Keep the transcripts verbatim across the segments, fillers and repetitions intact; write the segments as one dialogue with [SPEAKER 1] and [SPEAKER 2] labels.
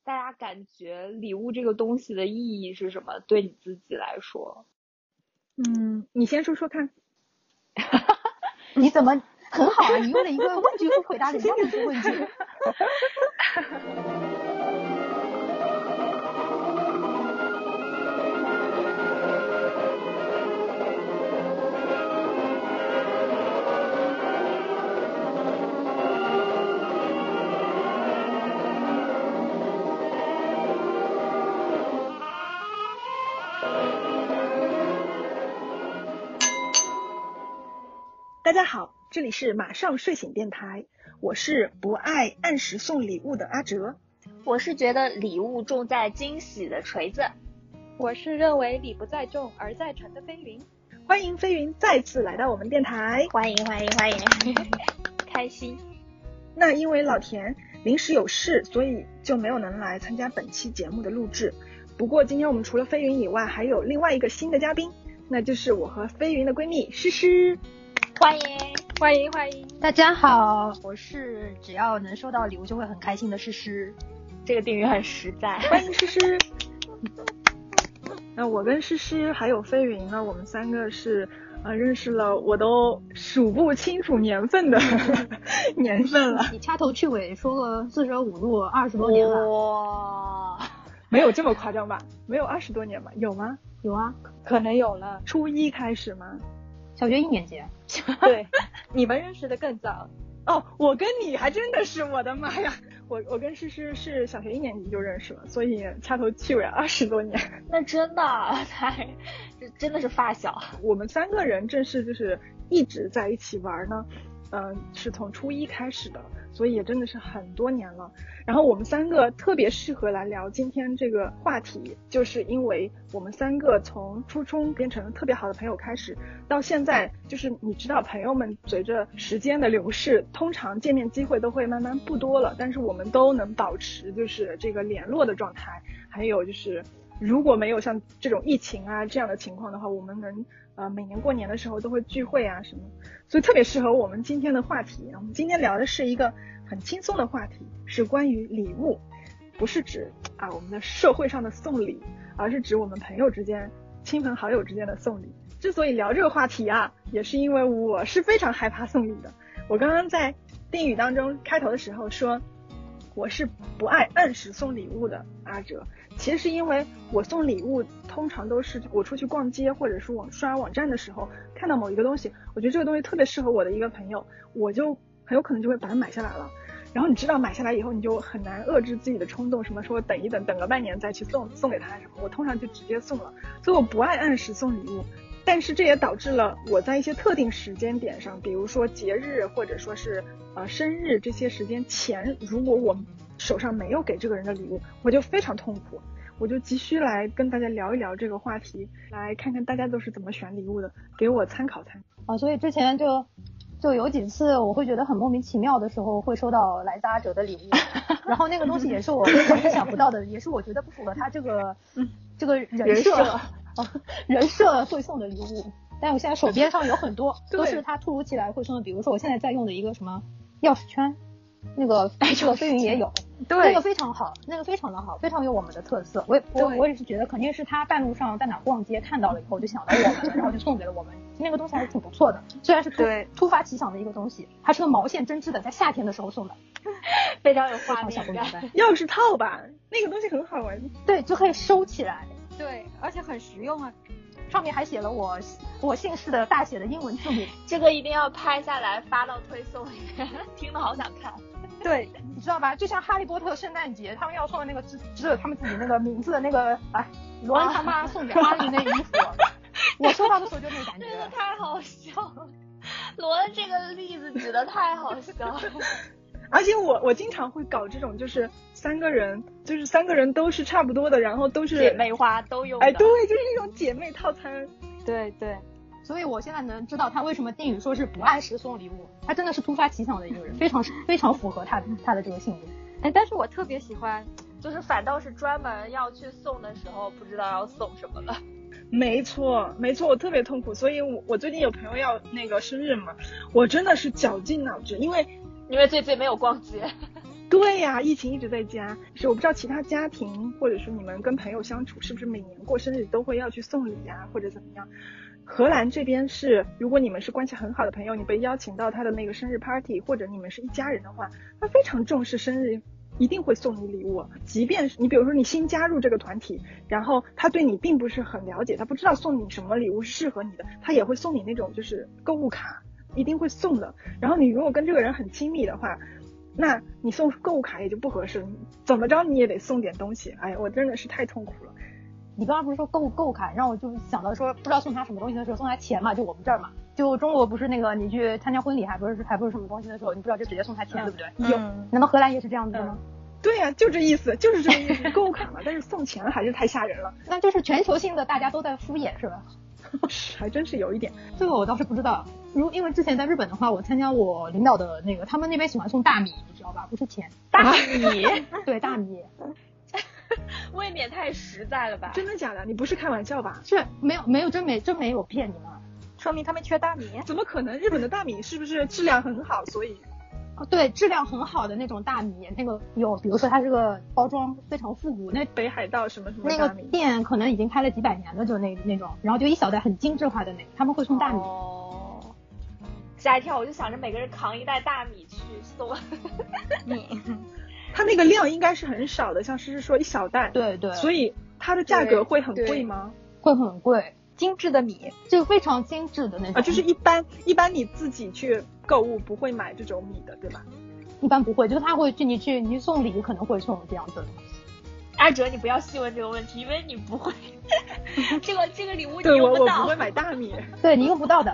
[SPEAKER 1] 大家感觉礼物这个东西的意义是什么？对你自己来说？
[SPEAKER 2] 嗯，你先说说看。
[SPEAKER 3] 你怎么很好啊？你用了一个问句不回答人家的问句。
[SPEAKER 2] 大家好，这里是马上睡醒电台，我是不爱按时送礼物的阿哲，
[SPEAKER 1] 我是觉得礼物重在惊喜的锤子，
[SPEAKER 4] 我是认为礼不在重而在沉的飞云。
[SPEAKER 2] 欢迎飞云再次来到我们电台，
[SPEAKER 1] 欢迎欢迎欢迎，开心。
[SPEAKER 2] 那因为老田临时有事，所以就没有能来参加本期节目的录制。不过今天我们除了飞云以外，还有另外一个新的嘉宾，那就是我和飞云的闺蜜诗诗。
[SPEAKER 1] 欢迎
[SPEAKER 4] 欢迎欢迎，
[SPEAKER 3] 大家好，我是只要能收到礼物就会很开心的诗诗。
[SPEAKER 1] 这个定语很实在，
[SPEAKER 2] 欢迎诗诗。那我跟诗诗还有飞云呢，我们三个是呃认识了我都数不清楚年份的年份了。
[SPEAKER 3] 你掐头去尾说个四舍五入二十多年了。
[SPEAKER 1] 哇，
[SPEAKER 2] 没有这么夸张吧？没有二十多年吧？有吗？
[SPEAKER 3] 有啊，
[SPEAKER 4] 可能有了。
[SPEAKER 2] 初一开始吗？
[SPEAKER 3] 小学一年级。
[SPEAKER 4] 对，你们认识的更早。
[SPEAKER 2] 哦，我跟你还真的是，我的妈呀！我我跟诗诗是小学一年级就认识了，所以掐头去尾二十多年。
[SPEAKER 1] 那真的太，这真的是发小。
[SPEAKER 2] 我们三个人正是就是一直在一起玩呢，嗯、呃，是从初一开始的，所以也真的是很多年了。然后我们三个特别适合来聊今天这个话题，就是因为我们三个从初中变成了特别好的朋友开始，到现在就是你知道朋友们随着时间的流逝，通常见面机会都会慢慢不多了，但是我们都能保持就是这个联络的状态。还有就是如果没有像这种疫情啊这样的情况的话，我们能呃每年过年的时候都会聚会啊什么，所以特别适合我们今天的话题。我们今天聊的是一个很轻松的话题，是关于礼物，不是指啊我们的社会上的送礼，而是指我们朋友之间、亲朋好友之间的送礼。之所以聊这个话题啊，也是因为我是非常害怕送礼的。我刚刚在定语当中开头的时候说，我是不爱按时送礼物的阿哲，其实是因为我送礼物通常都是我出去逛街或者是网刷网站的时候看到某一个东西，我觉得这个东西特别适合我的一个朋友，我就很有可能就会把它买下来了。然后你知道买下来以后你就很难遏制自己的冲动，什么说等一等等个半年再去送送给他什么，我通常就直接送了。所以我不爱按时送礼物，但是这也导致了我在一些特定时间点上，比如说节日或者说是呃生日这些时间前，如果我手上没有给这个人的礼物，我就非常痛苦。我就急需来跟大家聊一聊这个话题，来看看大家都是怎么选礼物的，给我参考参考。
[SPEAKER 3] 啊，所以之前就就有几次我会觉得很莫名其妙的时候，会收到来自阿哲的礼物，然后那个东西也是我非常意想不到的，也是我觉得不符合他这个嗯这个人设
[SPEAKER 1] 人设
[SPEAKER 3] 哦人设会送的礼物。但我现在手边上有很多都是他突如其来会送的，比如说我现在在用的一个什么钥匙圈，那个这个飞云也有，
[SPEAKER 2] 对，
[SPEAKER 3] 那个非常好，那个非常的好，非常有我们的特色。我也我我也是觉得肯定是他半路上在哪逛街看到了以后就想到我们了，然后就送给了我们。那个东西还是挺不错的，虽然是突突发奇想的一个东西，它是个毛线针织的，在夏天的时候送的，
[SPEAKER 1] 非常有画面感。
[SPEAKER 2] 钥匙套吧，那个东西很好玩，
[SPEAKER 3] 对，就可以收起来，
[SPEAKER 4] 对，而且很实用啊。
[SPEAKER 3] 上面还写了我我姓氏的大写的英文字母，
[SPEAKER 1] 这个一定要拍下来发到推送里面，听了好想看。
[SPEAKER 3] 对，你知道吧？就像哈利波特圣诞节他们要送的那个只只有他们自己那个名字的那个，哎，罗恩他妈送给哈利那衣服，我收到的时候就那个感觉，
[SPEAKER 1] 真的太好笑了。罗恩这个例子举得太好笑了。
[SPEAKER 2] 而且我我经常会搞这种，就是三个人，就是三个人都是差不多的，然后都是
[SPEAKER 1] 姐妹花都用的。
[SPEAKER 2] 哎，对，就是那种姐妹套餐。
[SPEAKER 4] 对对。
[SPEAKER 3] 所以我现在能知道他为什么定语说是不按时送礼物，他真的是突发奇想的一个人，非常非常符合他他的这个性格。
[SPEAKER 4] 哎，但是我特别喜欢，
[SPEAKER 1] 就是反倒是专门要去送的时候，不知道要送什么了。
[SPEAKER 2] 没错没错，我特别痛苦，所以我我最近有朋友要那个生日嘛，我真的是绞尽脑汁，因为
[SPEAKER 1] 因为最近没有逛街。
[SPEAKER 2] 对呀、啊，疫情一直在家，是我不知道其他家庭或者是你们跟朋友相处是不是每年过生日都会要去送礼呀、啊，或者怎么样。荷兰这边是，如果你们是关系很好的朋友，你被邀请到他的那个生日 party， 或者你们是一家人的话，他非常重视生日，一定会送你礼物。即便是你比如说你新加入这个团体，然后他对你并不是很了解，他不知道送你什么礼物是适合你的，他也会送你那种就是购物卡，一定会送的。然后你如果跟这个人很亲密的话，那你送购物卡也就不合适，怎么着你也得送点东西。哎呀，我真的是太痛苦了。
[SPEAKER 3] 你刚刚不是说购物购物卡，让我就想到说不知道送他什么东西的时候送他钱嘛，就我们这儿嘛，就中国不是那个你去参加婚礼还不是还不是什么东西的时候，你不知道就直接送他钱、嗯、对不对？有、嗯，那么荷兰也是这样子的吗？
[SPEAKER 2] 嗯、对呀、啊，就这意思，就是这个意思，购物卡嘛，但是送钱还是太吓人了。
[SPEAKER 3] 那就是全球性的大家都在敷衍是吧？
[SPEAKER 2] 还真是有一点，
[SPEAKER 3] 这个我倒是不知道。如因为之前在日本的话，我参加我领导的那个，他们那边喜欢送大米，你知道吧？不是钱，
[SPEAKER 1] 大米，
[SPEAKER 3] 对，大米。
[SPEAKER 1] 未免太实在了吧？
[SPEAKER 2] 真的假的？你不是开玩笑吧？
[SPEAKER 3] 是没有没有真没真没有骗你们，
[SPEAKER 4] 说明他们缺大米。
[SPEAKER 2] 怎么可能？日本的大米是不是质量很好？所以，
[SPEAKER 3] 哦，对，质量很好的那种大米，那个有，比如说它这个包装非常复古，那
[SPEAKER 2] 北海道什么什么
[SPEAKER 3] 大米，那个店可能已经开了几百年了，就那那种，然后就一小袋很精致化的那个，他们会送大米。
[SPEAKER 1] 哦，吓一跳，我就想着每个人扛一袋大米去送
[SPEAKER 2] 你。它那个量应该是很少的，像诗诗说一小袋，
[SPEAKER 3] 对对，
[SPEAKER 2] 所以它的价格会很贵吗？
[SPEAKER 3] 会很贵，
[SPEAKER 4] 精致的米，
[SPEAKER 3] 就非常精致的那种。
[SPEAKER 2] 啊，就是一般一般你自己去购物不会买这种米的，对吧？
[SPEAKER 3] 一般不会，就是他会去你去你去送礼可能会送这样子的东西。
[SPEAKER 1] 阿哲，你不要细问这个问题，因为你不会这个这个礼物你
[SPEAKER 2] 对
[SPEAKER 1] 用不到。
[SPEAKER 2] 我我不会买大米，
[SPEAKER 3] 对你用不到的。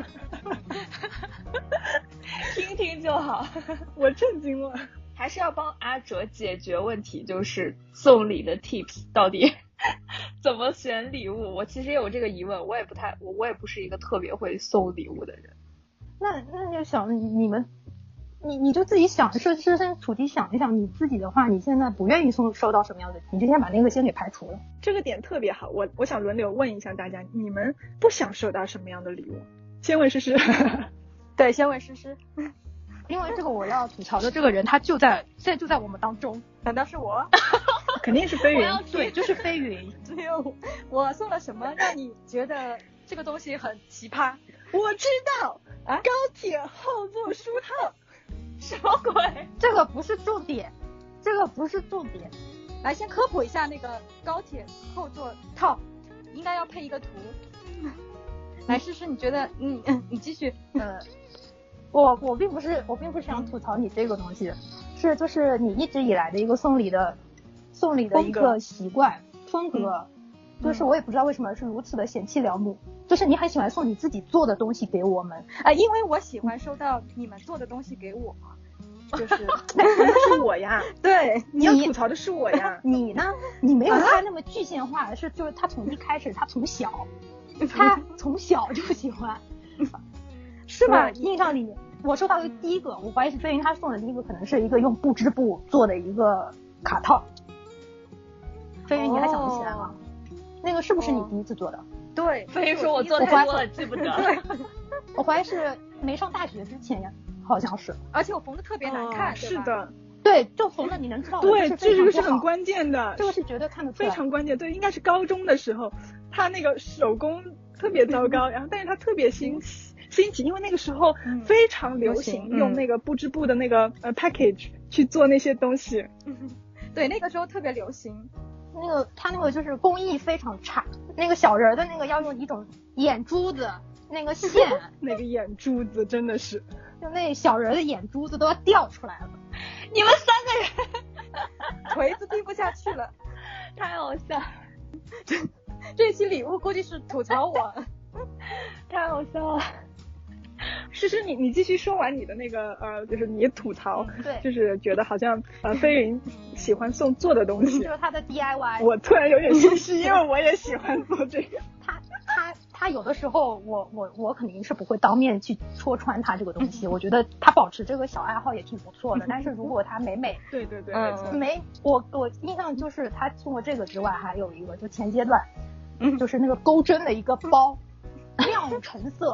[SPEAKER 1] 听听就好。
[SPEAKER 2] 我震惊了。
[SPEAKER 1] 还是要帮阿哲解决问题，就是送礼的 tips 到底怎么选礼物。我其实也有这个疑问，我也不太我我也不是一个特别会送礼物的人。
[SPEAKER 3] 那那就想你们你你就自己想设设身处地想一想，你自己的话你现在不愿意送收到什么样的，你就先把那个先给排除了。
[SPEAKER 2] 这个点特别好，我我想轮流问一下大家，你们不想收到什么样的礼物？先问诗诗。
[SPEAKER 4] 对，先问诗诗。
[SPEAKER 3] 因为这个我要吐槽的这个人他就在现在就在我们当中。
[SPEAKER 4] 难道是我？
[SPEAKER 2] 肯定是飞云。
[SPEAKER 3] 对，就是飞云。
[SPEAKER 4] 只有我送了什么让你觉得这个东西很奇葩？
[SPEAKER 2] 我知道啊，高铁后座书套。
[SPEAKER 1] 什么鬼？
[SPEAKER 3] 这个不是重点，这个不是重点。
[SPEAKER 4] 来，先科普一下那个高铁后座套，应该要配一个图。来，诗诗，你觉得？嗯嗯，你继续。
[SPEAKER 3] 呃。我我并不是我并不是想吐槽你这个东西，是就是你一直以来的一个送礼的送礼的一个习惯风格，嗯、就是我也不知道为什么是如此的贤妻良母，就是你很喜欢送你自己做的东西给我们
[SPEAKER 4] 啊、呃，因为我喜欢收到你们做的东西给我，就是
[SPEAKER 2] 那是我呀，
[SPEAKER 4] 对，
[SPEAKER 2] 你要吐槽的是我呀，
[SPEAKER 3] 你呢？你没有他那么具象化，啊、是就是他从一开始他从小他从小就喜欢。是吧？印象里我收到的第一个，我怀疑是飞云他送的第一个，可能是一个用布织布做的一个卡套。飞云，你还想不起来吗？哦、那个是不是你第一次做的？
[SPEAKER 4] 对，
[SPEAKER 1] 飞云说我做太多了，记不得。
[SPEAKER 4] 对，
[SPEAKER 3] 我怀疑是没上大学之前呀，好像是。
[SPEAKER 4] 而且我缝的特别难看，
[SPEAKER 2] 哦、是的。
[SPEAKER 3] 对，就缝的你能知道的。
[SPEAKER 2] 对，
[SPEAKER 3] 这
[SPEAKER 2] 个是很关键的，
[SPEAKER 3] 这个是绝对看得出来，
[SPEAKER 2] 非常关键。对，应该是高中的时候，他那个手工特别糟糕，然后但是他特别新奇。新奇，因为那个时候非常流行用那个布织布的那个、嗯、呃 package 去做那些东西、
[SPEAKER 4] 嗯，对，那个时候特别流行。
[SPEAKER 3] 那个他那个就是工艺非常差，那个小人的那个要用一种眼珠子，那个线，
[SPEAKER 2] 那个眼珠子真的是，
[SPEAKER 3] 就那小人的眼珠子都要掉出来了。
[SPEAKER 1] 你们三个人
[SPEAKER 4] 锤子听不下去了，
[SPEAKER 1] 太好笑。
[SPEAKER 4] 这期礼物估计是吐槽我，
[SPEAKER 1] 太好笑了。
[SPEAKER 2] 诗诗，你你继续说完你的那个呃，就是你吐槽，
[SPEAKER 3] 嗯、对，
[SPEAKER 2] 就是觉得好像呃飞云喜欢送做的东西，
[SPEAKER 3] 就是他的 D I Y。
[SPEAKER 2] 我突然有点心虚，因为我也喜欢做这个。
[SPEAKER 3] 他他他有的时候，我我我肯定是不会当面去戳穿他这个东西。我觉得他保持这个小爱好也挺不错的。但是如果他每每
[SPEAKER 2] 对对对，
[SPEAKER 3] 嗯、没我我印象就是他送过这个之外，还有一个就前阶段，嗯，就是那个钩针的一个包，亮橙色。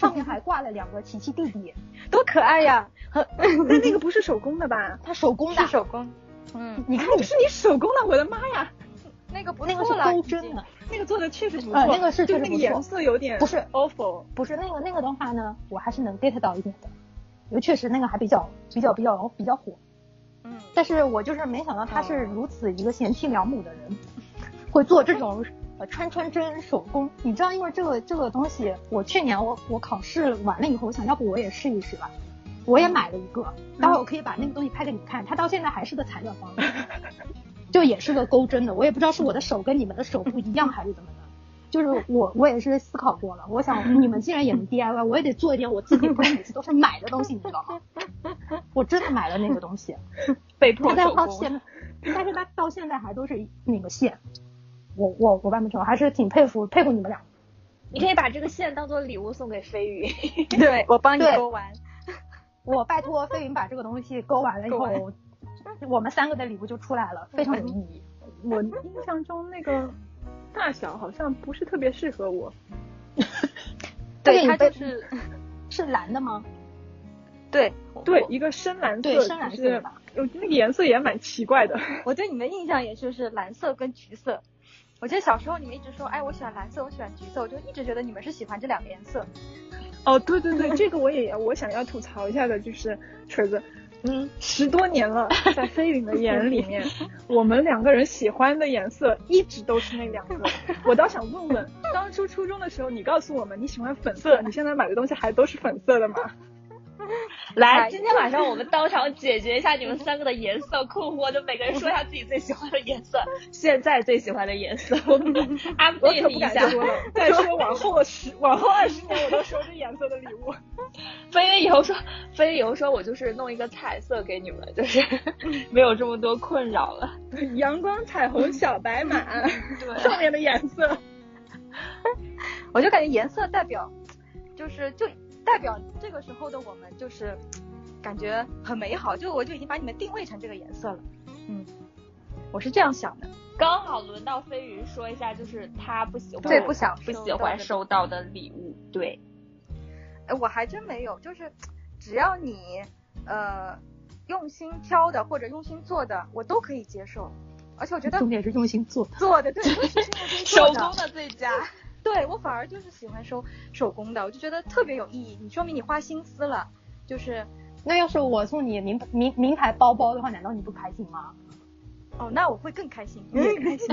[SPEAKER 3] 上面还挂了两个琪琪弟弟，
[SPEAKER 4] 多可爱呀！
[SPEAKER 2] 那那个不是手工的吧？
[SPEAKER 3] 它手工的，
[SPEAKER 4] 是手工。嗯，
[SPEAKER 3] 你看
[SPEAKER 2] 那个是你手工的，我的妈呀！
[SPEAKER 4] 那个不
[SPEAKER 3] 那个是
[SPEAKER 4] 错了，
[SPEAKER 3] 钩针的，
[SPEAKER 2] 那个做的确实不错，
[SPEAKER 3] 呃，那个是
[SPEAKER 2] 就那个
[SPEAKER 3] 确实不错，
[SPEAKER 2] 颜色有点
[SPEAKER 3] 不是
[SPEAKER 2] awful，
[SPEAKER 3] 不是那个那个的话呢，我还是能 get 到一点的，因为确实那个还比较比较比较比较火。
[SPEAKER 4] 嗯，
[SPEAKER 3] 但是我就是没想到他是如此一个贤妻良母的人，会做这种呃穿穿针手工。你知道，因为这个这个东西，我去年我我考试完了以后，我想要不我也试一试吧，我也买了一个，待会儿我可以把那个东西拍给你看，它到现在还是个材料包，就也是个钩针的，我也不知道是我的手跟你们的手不一样还是怎么的。就是我我也是思考过了，我想你们既然也能 D I Y， 我也得做一点我自己不是每次都是买的东西，你知道吗？我真的买了那个东西，
[SPEAKER 1] 被迫手工。
[SPEAKER 3] 到现在，但是它到现在还都是那个线，我我我办不成，还是挺佩服佩服你们俩。
[SPEAKER 1] 你可以把这个线当做礼物送给飞鱼，
[SPEAKER 4] 对我帮你勾完。
[SPEAKER 3] 我拜托飞云把这个东西勾完了以后，我们三个的礼物就出来了，非常有意义。
[SPEAKER 2] 我印象中那个大小好像不是特别适合我。
[SPEAKER 4] 对，它就是
[SPEAKER 3] 是蓝的吗？
[SPEAKER 4] 对
[SPEAKER 2] 对，一个深蓝色，
[SPEAKER 3] 对深蓝色的吧。
[SPEAKER 2] 我那个颜色也蛮奇怪的。
[SPEAKER 4] 我对你们印象也就是蓝色跟橘色。我记得小时候你们一直说，哎，我喜欢蓝色，我喜欢橘色，我就一直觉得你们是喜欢这两个颜色。
[SPEAKER 2] 哦，对对对，这个我也我想要吐槽一下的，就是锤子，嗯，十多年了，在飞云的眼里面，我们两个人喜欢的颜色一直都是那两个。我倒想问问，当初初中的时候，你告诉我们你喜欢粉色，你现在买的东西还都是粉色的吗？
[SPEAKER 1] 来，今天晚上我们当场解决一下你们三个的颜色困惑，就每个人说一下自己最喜欢的颜色，现在最喜欢的颜色。update 一下。
[SPEAKER 2] 再说往后十往后二十年我都收这颜色的礼物。
[SPEAKER 1] 飞云以后说，飞云以后说我就是弄一个彩色给你们，就是没有这么多困扰了。
[SPEAKER 2] 阳光彩虹小白马，对，上面的颜色。
[SPEAKER 4] 我就感觉颜色代表，就是就。代表这个时候的我们就是感觉很美好，就我就已经把你们定位成这个颜色了。嗯，我是这样想的。
[SPEAKER 1] 刚好轮到飞鱼说一下，就是他不喜欢
[SPEAKER 4] 对不想
[SPEAKER 1] 不喜欢收到的礼物。对，
[SPEAKER 4] 哎，我还真没有，就是只要你呃用心挑的或者用心做的，我都可以接受。而且我觉得
[SPEAKER 3] 重点是用心做
[SPEAKER 4] 做的，对，
[SPEAKER 1] 手工的最佳。
[SPEAKER 4] 对，我反而就是喜欢收手工的，我就觉得特别有意义，你说明你花心思了。就是
[SPEAKER 3] 那要是我送你名名名牌包包的话，难道你不开心吗？
[SPEAKER 4] 哦，那我会更开心，你也开心。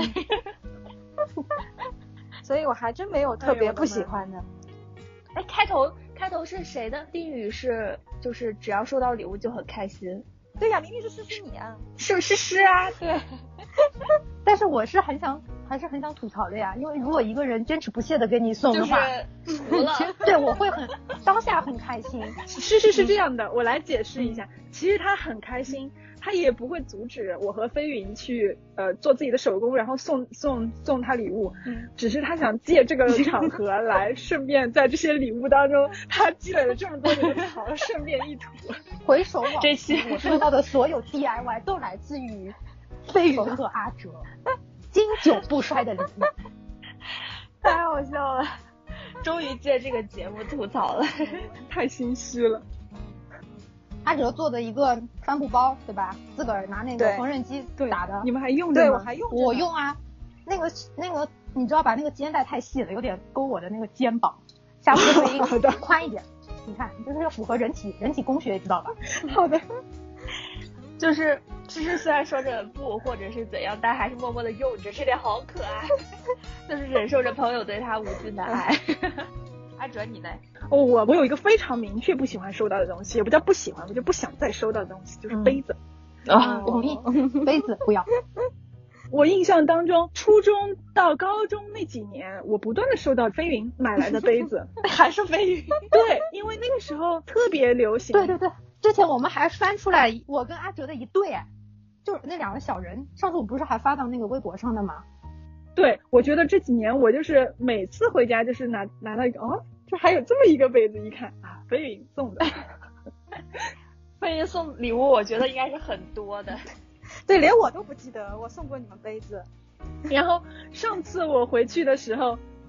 [SPEAKER 4] 所以我还真没有特别不喜欢的。
[SPEAKER 1] 哎，开头开头是谁的定语是就是只要收到礼物就很开心？
[SPEAKER 4] 对呀，明明是诗诗你啊，
[SPEAKER 1] 是是是啊，对。
[SPEAKER 3] 但是我是很想还是很想吐槽的呀，因为如果一个人坚持不懈的给你送的话，
[SPEAKER 1] 就是服了。
[SPEAKER 3] 对，我会很当下很开心。
[SPEAKER 2] 是是是这样的，我来解释一下，其实他很开心，他也不会阻止我和飞云去呃做自己的手工，然后送送送他礼物，嗯、只是他想借这个场合来顺便在这些礼物当中，他积累了这么多年的槽，顺便一吐。
[SPEAKER 3] 回首往
[SPEAKER 1] 这些
[SPEAKER 3] 我收到的所有 D I Y 都来自于飞云和阿哲，经久不衰的礼物。
[SPEAKER 1] 太好笑了，终于借这个节目吐槽了，
[SPEAKER 2] 太心虚了。
[SPEAKER 3] 阿哲做的一个帆布包，对吧？自个儿拿那个缝纫机打的。
[SPEAKER 2] 你们还用着吗？
[SPEAKER 4] 对，我还用着。
[SPEAKER 3] 我用啊，那个那个，你知道吧？那个肩带太细了，有点勾我的那个肩膀，下次会宽一点。你看，就是符合人体人体工学，知道吧？
[SPEAKER 2] 好的。
[SPEAKER 1] 就是芝芝虽然说着不或者是怎样，但还是默默的用着，这点好可爱。就是忍受着朋友对他无尽的爱。阿哲你呢？
[SPEAKER 2] 哦，我我有一个非常明确不喜欢收到的东西，也不叫不喜欢，我就不想再收到的东西，就是杯子。
[SPEAKER 3] 啊、嗯，同意，杯子不要。
[SPEAKER 2] 我印象当中，初中到高中那几年，我不断的收到飞云买来的杯子，
[SPEAKER 1] 还是飞云。
[SPEAKER 2] 对，因为那个时候特别流行。
[SPEAKER 3] 对对对，之前我们还翻出来我跟阿哲的一对，就是那两个小人。上次我不是还发到那个微博上的吗？
[SPEAKER 2] 对，我觉得这几年我就是每次回家就是拿拿到一个，哦，这还有这么一个杯子，一看啊，飞云送的。
[SPEAKER 1] 飞云送礼物，我觉得应该是很多的。
[SPEAKER 4] 对，连我都不记得我送过你们杯子。
[SPEAKER 2] 然后上次我回去的时候，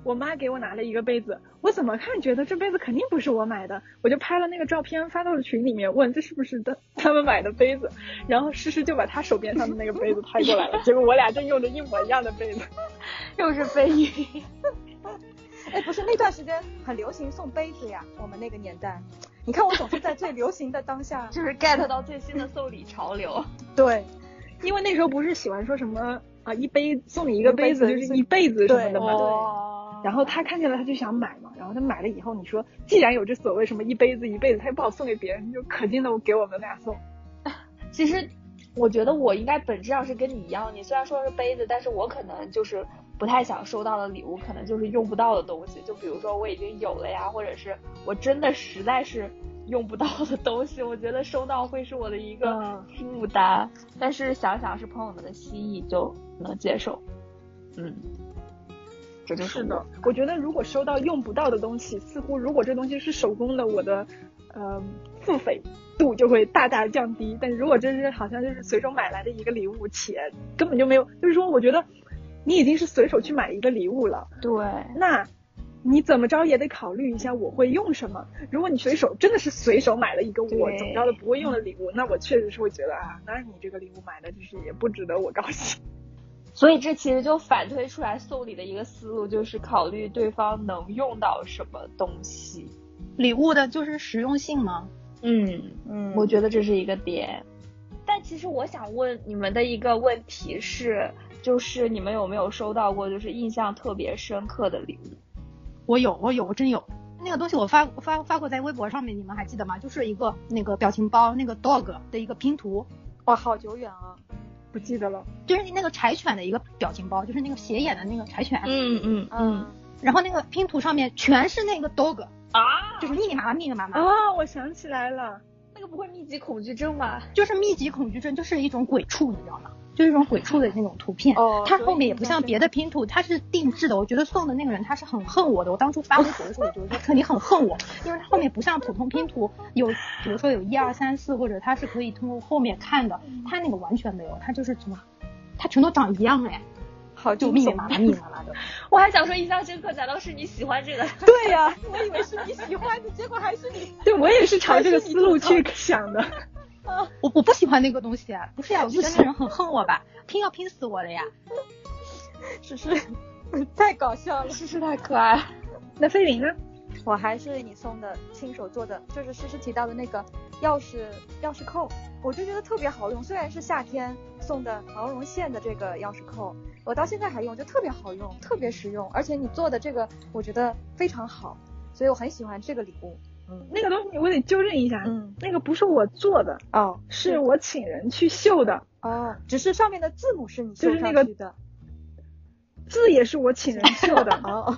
[SPEAKER 2] 我妈给我拿了一个杯子，我怎么看觉得这杯子肯定不是我买的，我就拍了那个照片发到了群里面，问这是不是他他们买的杯子，然后诗诗就把他手边上的那个杯子拍过来了，结果我俩正用着一模一样的杯子，
[SPEAKER 1] 又是飞鱼。
[SPEAKER 4] 哎，不是那段时间很流行送杯子呀，我们那个年代。你看我总是在最流行的当下，
[SPEAKER 1] 就是 get 到最新的送礼潮流。
[SPEAKER 2] 对，因为那时候不是喜欢说什么啊，一杯送你一个杯子就是一辈子什么的嘛。
[SPEAKER 4] 对。
[SPEAKER 2] 然后他看见了他就想买嘛，然后他买了以后，你说既然有这所谓什么一辈子一辈子，他也不好送给别人，就可劲的给我们俩送。
[SPEAKER 1] 其实我觉得我应该本质上是跟你一样，你虽然说是杯子，但是我可能就是不太想收到的礼物，可能就是用不到的东西，就比如说我已经有了呀，或者是我真的实在是用不到的东西，我觉得收到会是我的一个负担、嗯、但是想想是朋友们的心意就能接受。嗯，这就是
[SPEAKER 2] 是的。我觉得如果收到用不到的东西，似乎如果这东西是手工的，我的呃付费度就会大大降低，但如果这是好像就是随手买来的一个礼物，且根本就没有，就是说我觉得你已经是随手去买一个礼物了，
[SPEAKER 1] 对，
[SPEAKER 2] 那你怎么着也得考虑一下我会用什么。如果你随手真的是随手买了一个我怎么着都不会用的礼物，那我确实是会觉得啊，那你这个礼物买的就是也不值得我高兴。
[SPEAKER 1] 所以这其实就反推出来送礼的一个思路，就是考虑对方能用到什么东西。
[SPEAKER 3] 礼物的就是实用性吗？
[SPEAKER 1] 嗯嗯，我觉得这是一个点。但其实我想问你们的一个问题是，就是你们有没有收到过就是印象特别深刻的礼物？
[SPEAKER 3] 我有，我有，我真有。那个东西我发发发过在微博上面，你们还记得吗？就是一个那个表情包，那个 dog 的一个拼图。
[SPEAKER 4] 哇，好久远啊，
[SPEAKER 2] 不记得了。
[SPEAKER 3] 就是那个柴犬的一个表情包，就是那个斜眼的那个柴犬。
[SPEAKER 1] 嗯嗯嗯。
[SPEAKER 3] 然后那个拼图上面全是那个 dog
[SPEAKER 1] 啊，
[SPEAKER 3] 就是密密麻麻密密麻麻。
[SPEAKER 2] 啊，我想起来了。
[SPEAKER 1] 那个不会密集恐惧症吗？
[SPEAKER 3] 就是密集恐惧症，就是一种鬼畜，你知道吗？就是一种鬼畜的那种图片。哦。它后面也不像别的拼图，它是定制的。我觉得送的那个人他是很恨我的。我当初发微博的时候，我就说你很恨我，因为它后面不像普通拼图有，比如说有一二三四，或者它是可以通过后面看的，它那个完全没有，它就是怎么，它全都长一样哎。
[SPEAKER 4] 好，
[SPEAKER 3] 就密密麻麻密密麻麻的。
[SPEAKER 1] 我还想说印象深刻，难道是你喜欢这个？
[SPEAKER 4] 对呀、啊，我以为是你喜欢的，结果还是你。
[SPEAKER 2] 对，我也是朝这个思路去想的。
[SPEAKER 3] 啊，我我不喜欢那个东西啊，不是呀，我觉得那个人很恨我吧，拼要拼死我了呀。
[SPEAKER 4] 是是，太搞笑了，
[SPEAKER 1] 是是太可爱。
[SPEAKER 2] 那菲林呢？
[SPEAKER 4] 我还是你送的亲手做的，就是诗诗提到的那个钥匙钥匙扣，我就觉得特别好用。虽然是夏天送的毛绒线的这个钥匙扣，我到现在还用，就特别好用，特别实用。而且你做的这个，我觉得非常好，所以我很喜欢这个礼物。
[SPEAKER 2] 嗯，那个东西我得纠正一下，嗯，那个不是我做的哦，是我请人去绣的
[SPEAKER 4] 哦，只是上面的字母是你绣上去的，
[SPEAKER 2] 就是那个字也是我请人绣的哦。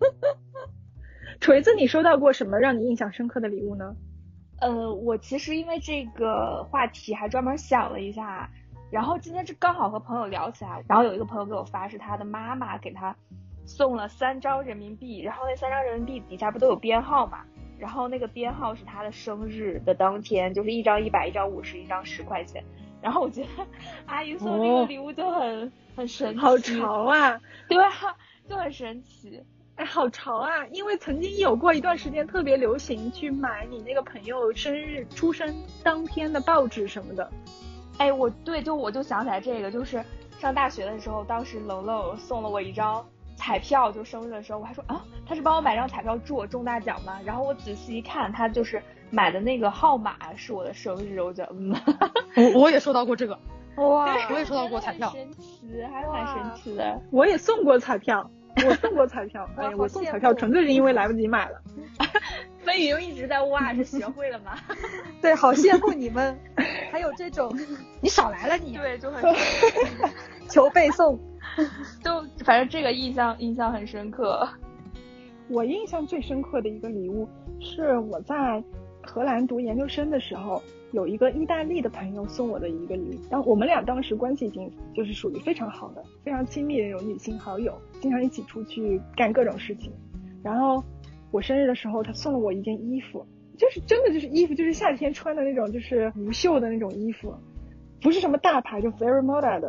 [SPEAKER 2] 锤子，你收到过什么让你印象深刻的礼物呢？
[SPEAKER 1] 呃，我其实因为这个话题还专门想了一下，然后今天是刚好和朋友聊起来，然后有一个朋友给我发，是他的妈妈给他送了三张人民币，然后那三张人民币底下不都有编号嘛，然后那个编号是他的生日的当天，就是一张一百，一张五十，一张十块钱。然后我觉得阿姨送这个礼物就很、哦、很神奇，
[SPEAKER 2] 好潮啊，
[SPEAKER 1] 对吧？就很神奇。
[SPEAKER 2] 哎，好潮啊！因为曾经有过一段时间特别流行去买你那个朋友生日出生当天的报纸什么的。
[SPEAKER 1] 哎，我对，就我就想起来这个，就是上大学的时候，当时冷冷送了我一张彩票，就生日的时候，我还说啊，他是帮我买张彩票祝我中大奖吗？然后我仔细一看，他就是买的那个号码是我的生日，我觉得嗯，
[SPEAKER 3] 我我也收到过这个，
[SPEAKER 1] 哇，
[SPEAKER 3] 我也收到过彩票，
[SPEAKER 1] 神奇，还蛮神奇的。
[SPEAKER 2] 我也送过彩票。我送过彩票，哎，我送彩票纯粹是因为来不及买了。
[SPEAKER 1] 飞鱼一直在挖，是学会了吗？
[SPEAKER 4] 对，好羡慕你们，还有这种，
[SPEAKER 3] 你少来了你。
[SPEAKER 1] 对，就很
[SPEAKER 4] 求背诵，
[SPEAKER 1] 就反正这个印象印象很深刻。
[SPEAKER 2] 我印象最深刻的一个礼物是我在荷兰读研究生的时候，有一个意大利的朋友送我的一个礼物。当我们俩当时关系已经就是属于非常好的、非常亲密的那种女性好友，经常一起出去干各种事情。然后我生日的时候，他送了我一件衣服，就是真的就是衣服，就是夏天穿的那种，就是无袖的那种衣服，不是什么大牌，就 Very Moda 的。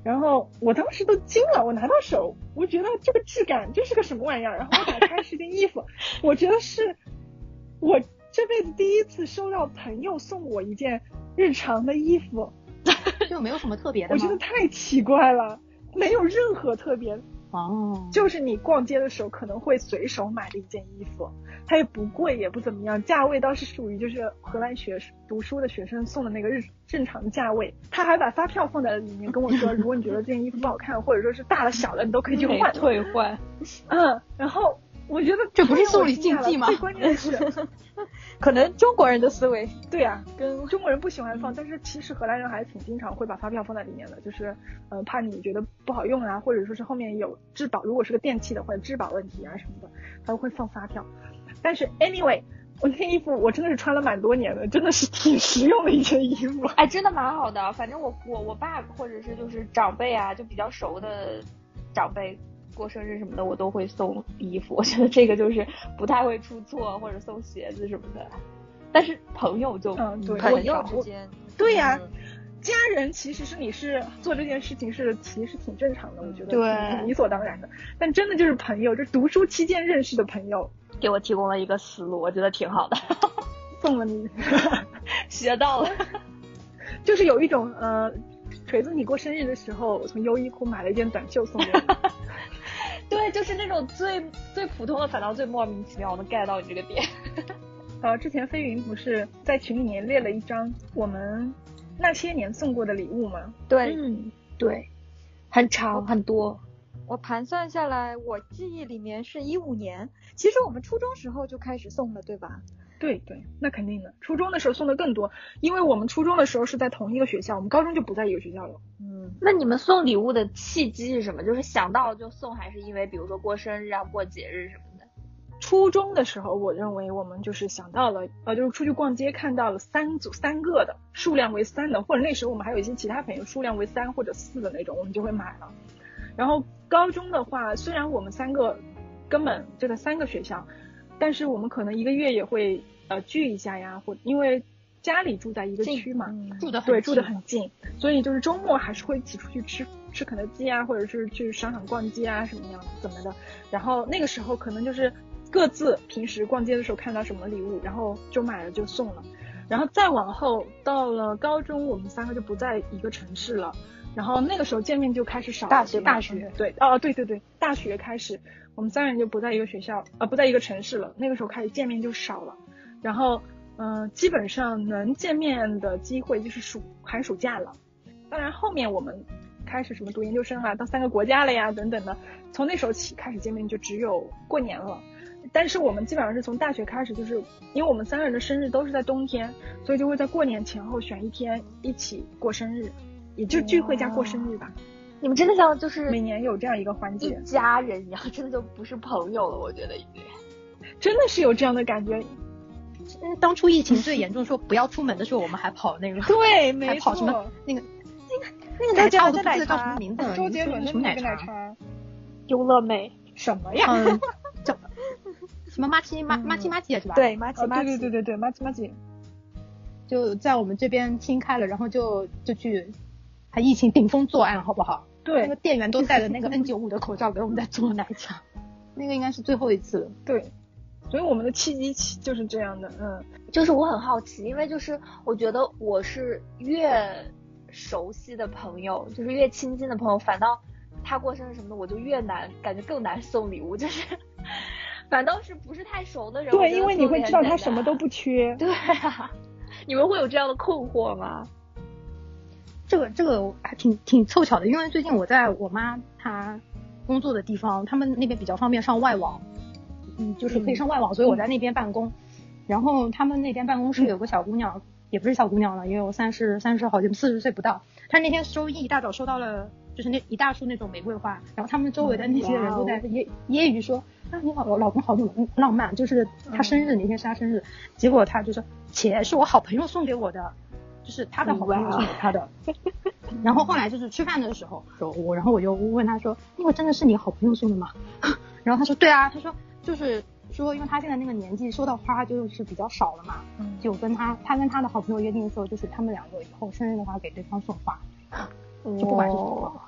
[SPEAKER 2] 然后我当时都惊了，我拿到手，我觉得这个质感这是个什么玩意儿？然后我打开是件衣服，我觉得是我这辈子第一次收到朋友送我一件日常的衣服，
[SPEAKER 3] 就没有什么特别的吗？
[SPEAKER 2] 我觉得太奇怪了，没有任何特别。
[SPEAKER 3] 哦，
[SPEAKER 2] 就是你逛街的时候可能会随手买的一件衣服，它也不贵也不怎么样，价位倒是属于就是荷兰学读书的学生送的那个日正常价位。他还把发票放在里面跟我说，如果你觉得这件衣服不好看，或者说是大了小了，你都可以去换
[SPEAKER 1] 退换。
[SPEAKER 2] 嗯，然后我觉得
[SPEAKER 3] 这不是送礼禁忌吗？
[SPEAKER 2] 最关键的是
[SPEAKER 4] 可能中国人的思维，
[SPEAKER 2] 对啊，跟中国人不喜欢放，但是其实荷兰人还挺经常会把发票放在里面的，就是呃怕你觉得不好用啊，或者说是后面有质保，如果是个电器的或者质保问题啊什么的，他会放发票。但是 anyway， 我那件衣服我真的是穿了蛮多年的，真的是挺实用的一件衣服。
[SPEAKER 1] 哎，真的蛮好的，反正我我我爸或者是就是长辈啊，就比较熟的长辈。过生日什么的我都会送衣服，我觉得这个就是不太会出错，或者送鞋子什么的。但是朋友就
[SPEAKER 2] 嗯对，
[SPEAKER 4] 朋友之间，
[SPEAKER 2] 对呀、啊嗯，家人其实是你是做这件事情是其实挺正常的，我觉得
[SPEAKER 1] 对
[SPEAKER 2] 理所当然的。但真的就是朋友，就读书期间认识的朋友，
[SPEAKER 1] 给我提供了一个思路，我觉得挺好的。
[SPEAKER 2] 送了你，
[SPEAKER 1] 学到了，
[SPEAKER 2] 就是有一种呃，锤子你过生日的时候，我从优衣库买了一件短袖送给你。
[SPEAKER 1] 对，就是那种最最普通的，反倒最莫名其妙的 get 到你这个点。
[SPEAKER 2] 呃，之前飞云不是在群里面列了一张我们那些年送过的礼物吗？
[SPEAKER 4] 对，
[SPEAKER 1] 嗯，对，很长很多。
[SPEAKER 4] 我盘算下来，我记忆里面是一五年，其实我们初中时候就开始送了，对吧？
[SPEAKER 2] 对对，那肯定的。初中的时候送的更多，因为我们初中的时候是在同一个学校，我们高中就不在一个学校了。
[SPEAKER 1] 嗯，那你们送礼物的契机是什么？就是想到就送，还是因为比如说过生日啊、过节日什么的？
[SPEAKER 2] 初中的时候，我认为我们就是想到了，呃，就是出去逛街看到了三组三个的，数量为三的，或者那时候我们还有一些其他朋友数量为三或者四的那种，我们就会买了。然后高中的话，虽然我们三个根本就在三个学校，但是我们可能一个月也会呃聚一下呀，或因为家里住在一个区嘛，
[SPEAKER 3] 嗯、住的
[SPEAKER 2] 对住的很近，所以就是周末还是会一起出去吃吃肯德基啊，或者是去商场逛街啊什么样怎么的。然后那个时候可能就是各自平时逛街的时候看到什么礼物，然后就买了就送了。然后再往后到了高中，我们三个就不在一个城市了。然后那个时候见面就开始少了，
[SPEAKER 4] 大学
[SPEAKER 2] 大学对哦对对对，大学开始我们三人就不在一个学校呃不在一个城市了，那个时候开始见面就少了，然后嗯、呃、基本上能见面的机会就是暑寒暑假了。当然后面我们开始什么读研究生啊，到三个国家了呀等等的，从那时候起开始见面就只有过年了。但是我们基本上是从大学开始，就是因为我们三个人的生日都是在冬天，所以就会在过年前后选一天一起过生日，也就聚会加过生日吧。
[SPEAKER 1] 你们真的像就是
[SPEAKER 2] 每年有这样一个环节，
[SPEAKER 1] 一家人一样，真的就不是朋友了。我觉得已经
[SPEAKER 2] 真的是有这样的感觉。
[SPEAKER 3] 嗯，当初疫情最严重说不要出门的时候，我们还跑那个
[SPEAKER 2] 对，没错，
[SPEAKER 3] 还跑什么那个那个那个奶茶，我都不记得叫什么名字了。
[SPEAKER 2] 周杰伦的
[SPEAKER 3] 什么奶
[SPEAKER 2] 茶？
[SPEAKER 1] 优乐美
[SPEAKER 2] 什么呀？
[SPEAKER 3] 嗯，叫什么马奇马马奇马奇是吧？
[SPEAKER 4] 对，马奇马奇，
[SPEAKER 2] 对对对对对，马奇马奇。
[SPEAKER 3] 就在我们这边新开了，然后就就去，还疫情顶峰作案，好不好？
[SPEAKER 2] 对，
[SPEAKER 3] 那个店员都戴着那个 N 九十五 的口罩给我们在做奶茶，那个应该是最后一次了。
[SPEAKER 2] 对，所以我们的契机就是这样的，嗯，
[SPEAKER 1] 就是我很好奇，因为就是我觉得我是越熟悉的朋友，就是越亲近的朋友，反倒他过生日什么的，我就越难，感觉更难送礼物，就是反倒是不是太熟的人，
[SPEAKER 2] 对，因为你会知道他什么都不缺。
[SPEAKER 1] 对啊，你们会有这样的困惑吗？
[SPEAKER 3] 这个这个还挺挺凑巧的，因为最近我在我妈她工作的地方，他们那边比较方便上外网，嗯，就是可以上外网，嗯、所以我在那边办公。然后他们那边办公室有个小姑娘，嗯、也不是小姑娘了，也有三十三十好像四十岁不到。她那天收益一大早收到了，就是那一大束那种玫瑰花，然后他们周围的那些人都在揶揶揄说啊，你好，我老公好浪漫，就是他生日那天是他生日，结果他就说，且是我好朋友送给我的。就是他的好朋友送给他的，然后后来就是吃饭的时候，我然后我就问他说，那个真的是你好朋友送的吗？然后他说对啊，他说就是说因为他现在那个年纪收到花就是比较少了嘛，嗯，就跟他他跟他的好朋友约定说，就是他们两个以后生日的话给对方送花，就不管是什么，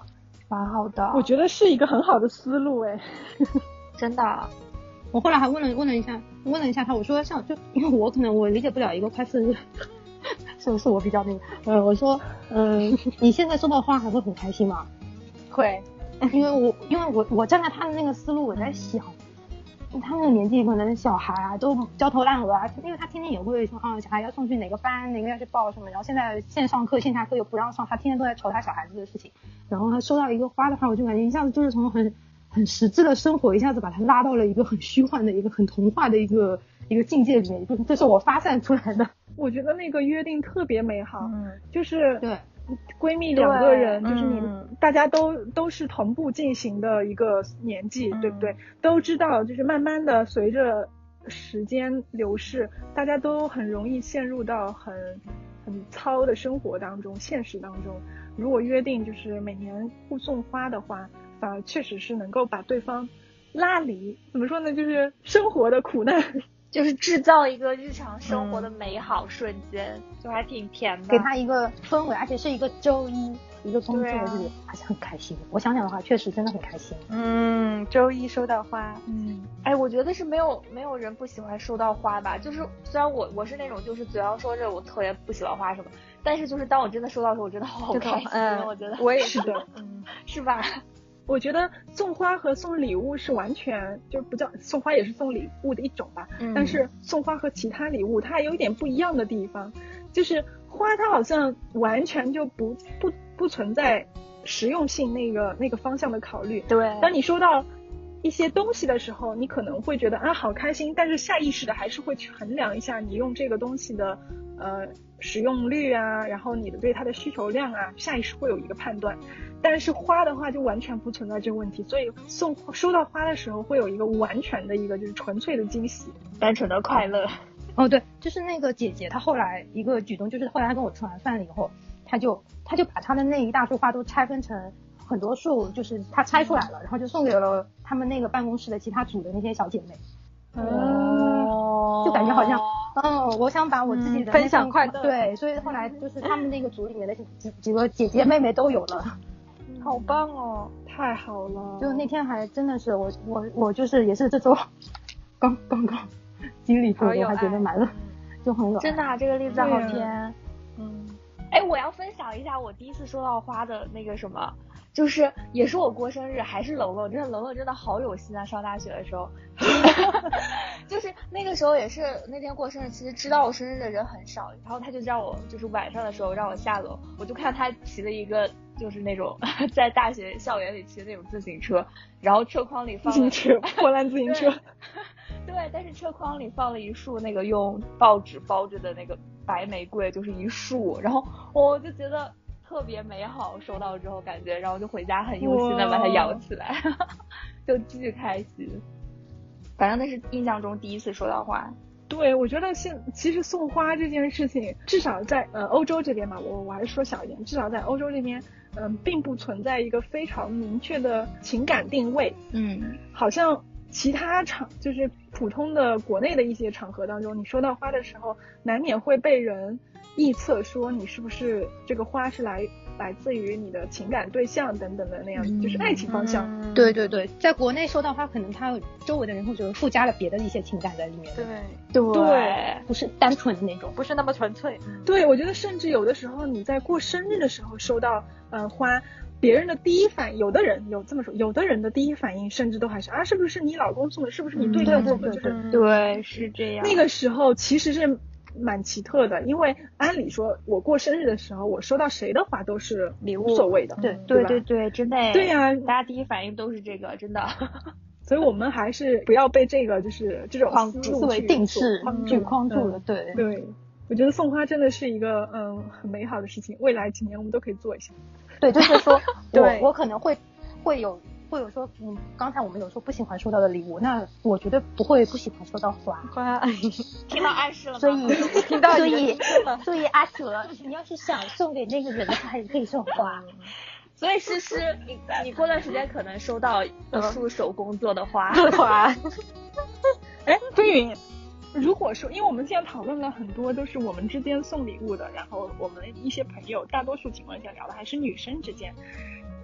[SPEAKER 1] 蛮好的。
[SPEAKER 2] 我觉得是一个很好的思路哎，
[SPEAKER 1] 真的。
[SPEAKER 3] 我后来还问了问了一下，问了一下他，我说像就因为我可能我理解不了一个快四十，是是我比较那个，呃，我说，嗯、呃，你现在收到花还会很开心吗？
[SPEAKER 4] 会，
[SPEAKER 3] 因为我因为我我站在他的那个思路，我在想，他那个年纪可能小孩啊都焦头烂额啊，因为他天天也会说啊，小孩要送去哪个班，哪个要去报什么，然后现在线上课、线下课又不让上，他天天都在愁他小孩子的事情。然后他收到一个花的话，我就感觉一下子就是从很很实质的生活，一下子把他拉到了一个很虚幻的一个很童话的一个一个境界里面，就是这是我发散出来的。
[SPEAKER 2] 我觉得那个约定特别美好，
[SPEAKER 4] 嗯，
[SPEAKER 2] 就是
[SPEAKER 3] 对。
[SPEAKER 2] 闺蜜两个人，就是你、嗯、大家都都是同步进行的一个年纪、嗯、对不对？都知道就是慢慢的随着时间流逝，大家都很容易陷入到很很糙的生活当中，现实当中。如果约定就是每年互送花的话，反而确实是能够把对方拉离，怎么说呢，就是生活的苦难，
[SPEAKER 1] 就是制造一个日常生活的美好瞬间、嗯、就还挺甜的，
[SPEAKER 3] 给他一个氛围，而且是一个周一一个工作日，还是很开心。我想想的话确实真的很开心。
[SPEAKER 4] 嗯，周一收到花，
[SPEAKER 1] 嗯，哎，我觉得是没有没有人不喜欢收到花吧，就是虽然我我是那种就是嘴上说着我特别不喜欢花什么，但是就是当我真的收到的时候，我真的好开心、嗯、我觉得
[SPEAKER 4] 我也是
[SPEAKER 2] 的
[SPEAKER 1] 嗯，是吧？
[SPEAKER 2] 我觉得送花和送礼物是完全就不叫送花，也是送礼物的一种吧、嗯、但是送花和其他礼物它有一点不一样的地方，就是花它好像完全就不不不存在实用性那个那个方向的考虑。
[SPEAKER 1] 对，
[SPEAKER 2] 当你收到一些东西的时候，你可能会觉得啊好开心，但是下意识的还是会去衡量一下你用这个东西的呃使用率啊，然后你的对它的需求量啊，下意识会有一个判断。但是花的话就完全不存在这个问题，所以送收到花的时候会有一个完全的一个就是纯粹的惊喜，
[SPEAKER 1] 单纯的快乐。
[SPEAKER 3] 哦对，就是那个姐姐她后来一个举动，就是后来她跟我吃完饭了以后，她就她就把她的那一大束花都拆分成很多束，就是她拆出来了，然后就送给了他们那个办公室的其他组的那些小姐妹。
[SPEAKER 2] 哦，
[SPEAKER 3] 就感觉好像嗯，我想把我自己的、
[SPEAKER 4] 嗯、分享快乐，
[SPEAKER 3] 对，所以后来就是他们那个组里面的几几个姐姐妹妹都有了。
[SPEAKER 1] 好棒哦，
[SPEAKER 2] 太好了！
[SPEAKER 3] 就那天还真的是我我我就是也是这周刚刚刚经历过，我还觉得蛮了，就很冷。
[SPEAKER 1] 真的、啊，这个例子好甜。嗯，哎，我要分享一下我第一次收到花的那个什么，就是也是我过生日，还是冷冷，真的冷冷真的好有心啊！上大学的时候，就是那个时候也是那天过生日，其实知道我生日的人很少，然后他就让我就是晚上的时候让我下楼，我就看他骑了一个。就是那种在大学校园里骑的那种自行车，然后车筐里放了
[SPEAKER 2] 自行车，破烂自行车。
[SPEAKER 1] 对，对，但是车筐里放了一束那个用报纸包着的那个白玫瑰，就是一束，然后我就觉得特别美好，收到之后感觉，然后就回家很用心的把它养起来，就巨开心。反正那是印象中第一次收到花。
[SPEAKER 2] 对，我觉得现其实送花这件事情，至少在呃欧洲这边嘛，我我还是说小一点，至少在欧洲这边，嗯、呃，并不存在一个非常明确的情感定位。
[SPEAKER 1] 嗯，
[SPEAKER 2] 好像其他场就是普通的国内的一些场合当中，你收到花的时候，难免会被人臆测说你是不是这个花是来来自于你的情感对象等等的那样，嗯、就是爱情方向。
[SPEAKER 3] 嗯、对对对，在国内收到花，可能他周围的人会觉得附加了别的一些情感在里面。
[SPEAKER 4] 对
[SPEAKER 2] 对
[SPEAKER 1] 对，
[SPEAKER 3] 不是单纯的那种，
[SPEAKER 4] 不是那么纯粹。
[SPEAKER 2] 对，我觉得甚至有的时候你在过生日的时候收到呃花，别人的第一反应，有的人有这么说，有的人的第一反应甚至都还是啊，是不是你老公送的，是不是你对象送的？
[SPEAKER 3] 嗯、对对对对，
[SPEAKER 1] 对，是这样。
[SPEAKER 2] 那个时候其实是蛮奇特的，因为按理说我过生日的时候，我收到谁的花都是
[SPEAKER 1] 礼物
[SPEAKER 2] 无所谓的。
[SPEAKER 3] 对
[SPEAKER 2] 对
[SPEAKER 1] 对对，真的。
[SPEAKER 2] 对呀、啊，
[SPEAKER 1] 大家第一反应都是这个，真的。
[SPEAKER 2] 所以我们还是不要被这个就是这种
[SPEAKER 3] 思维定式去框住了。对
[SPEAKER 2] 对，我觉得送花真的是一个嗯很美好的事情，未来几年我们都可以做一下。
[SPEAKER 3] 对，就是说我我可能会会有会有说，嗯，刚才我们有说不喜欢收到的礼物，那我绝对不会不喜欢收到花。
[SPEAKER 4] 花，
[SPEAKER 1] 听到暗示了吗？
[SPEAKER 3] 所以
[SPEAKER 4] 听到
[SPEAKER 3] 所以所以阿哲，你要是想送给那个人的话，也可以送花。
[SPEAKER 1] 所以诗诗，你你过段时间可能收到一束手工做的花。
[SPEAKER 4] 花。
[SPEAKER 2] 哎，飞云，如果说，因为我们现在讨论了很多都是我们之间送礼物的，然后我们一些朋友大多数情况下聊的还是女生之间。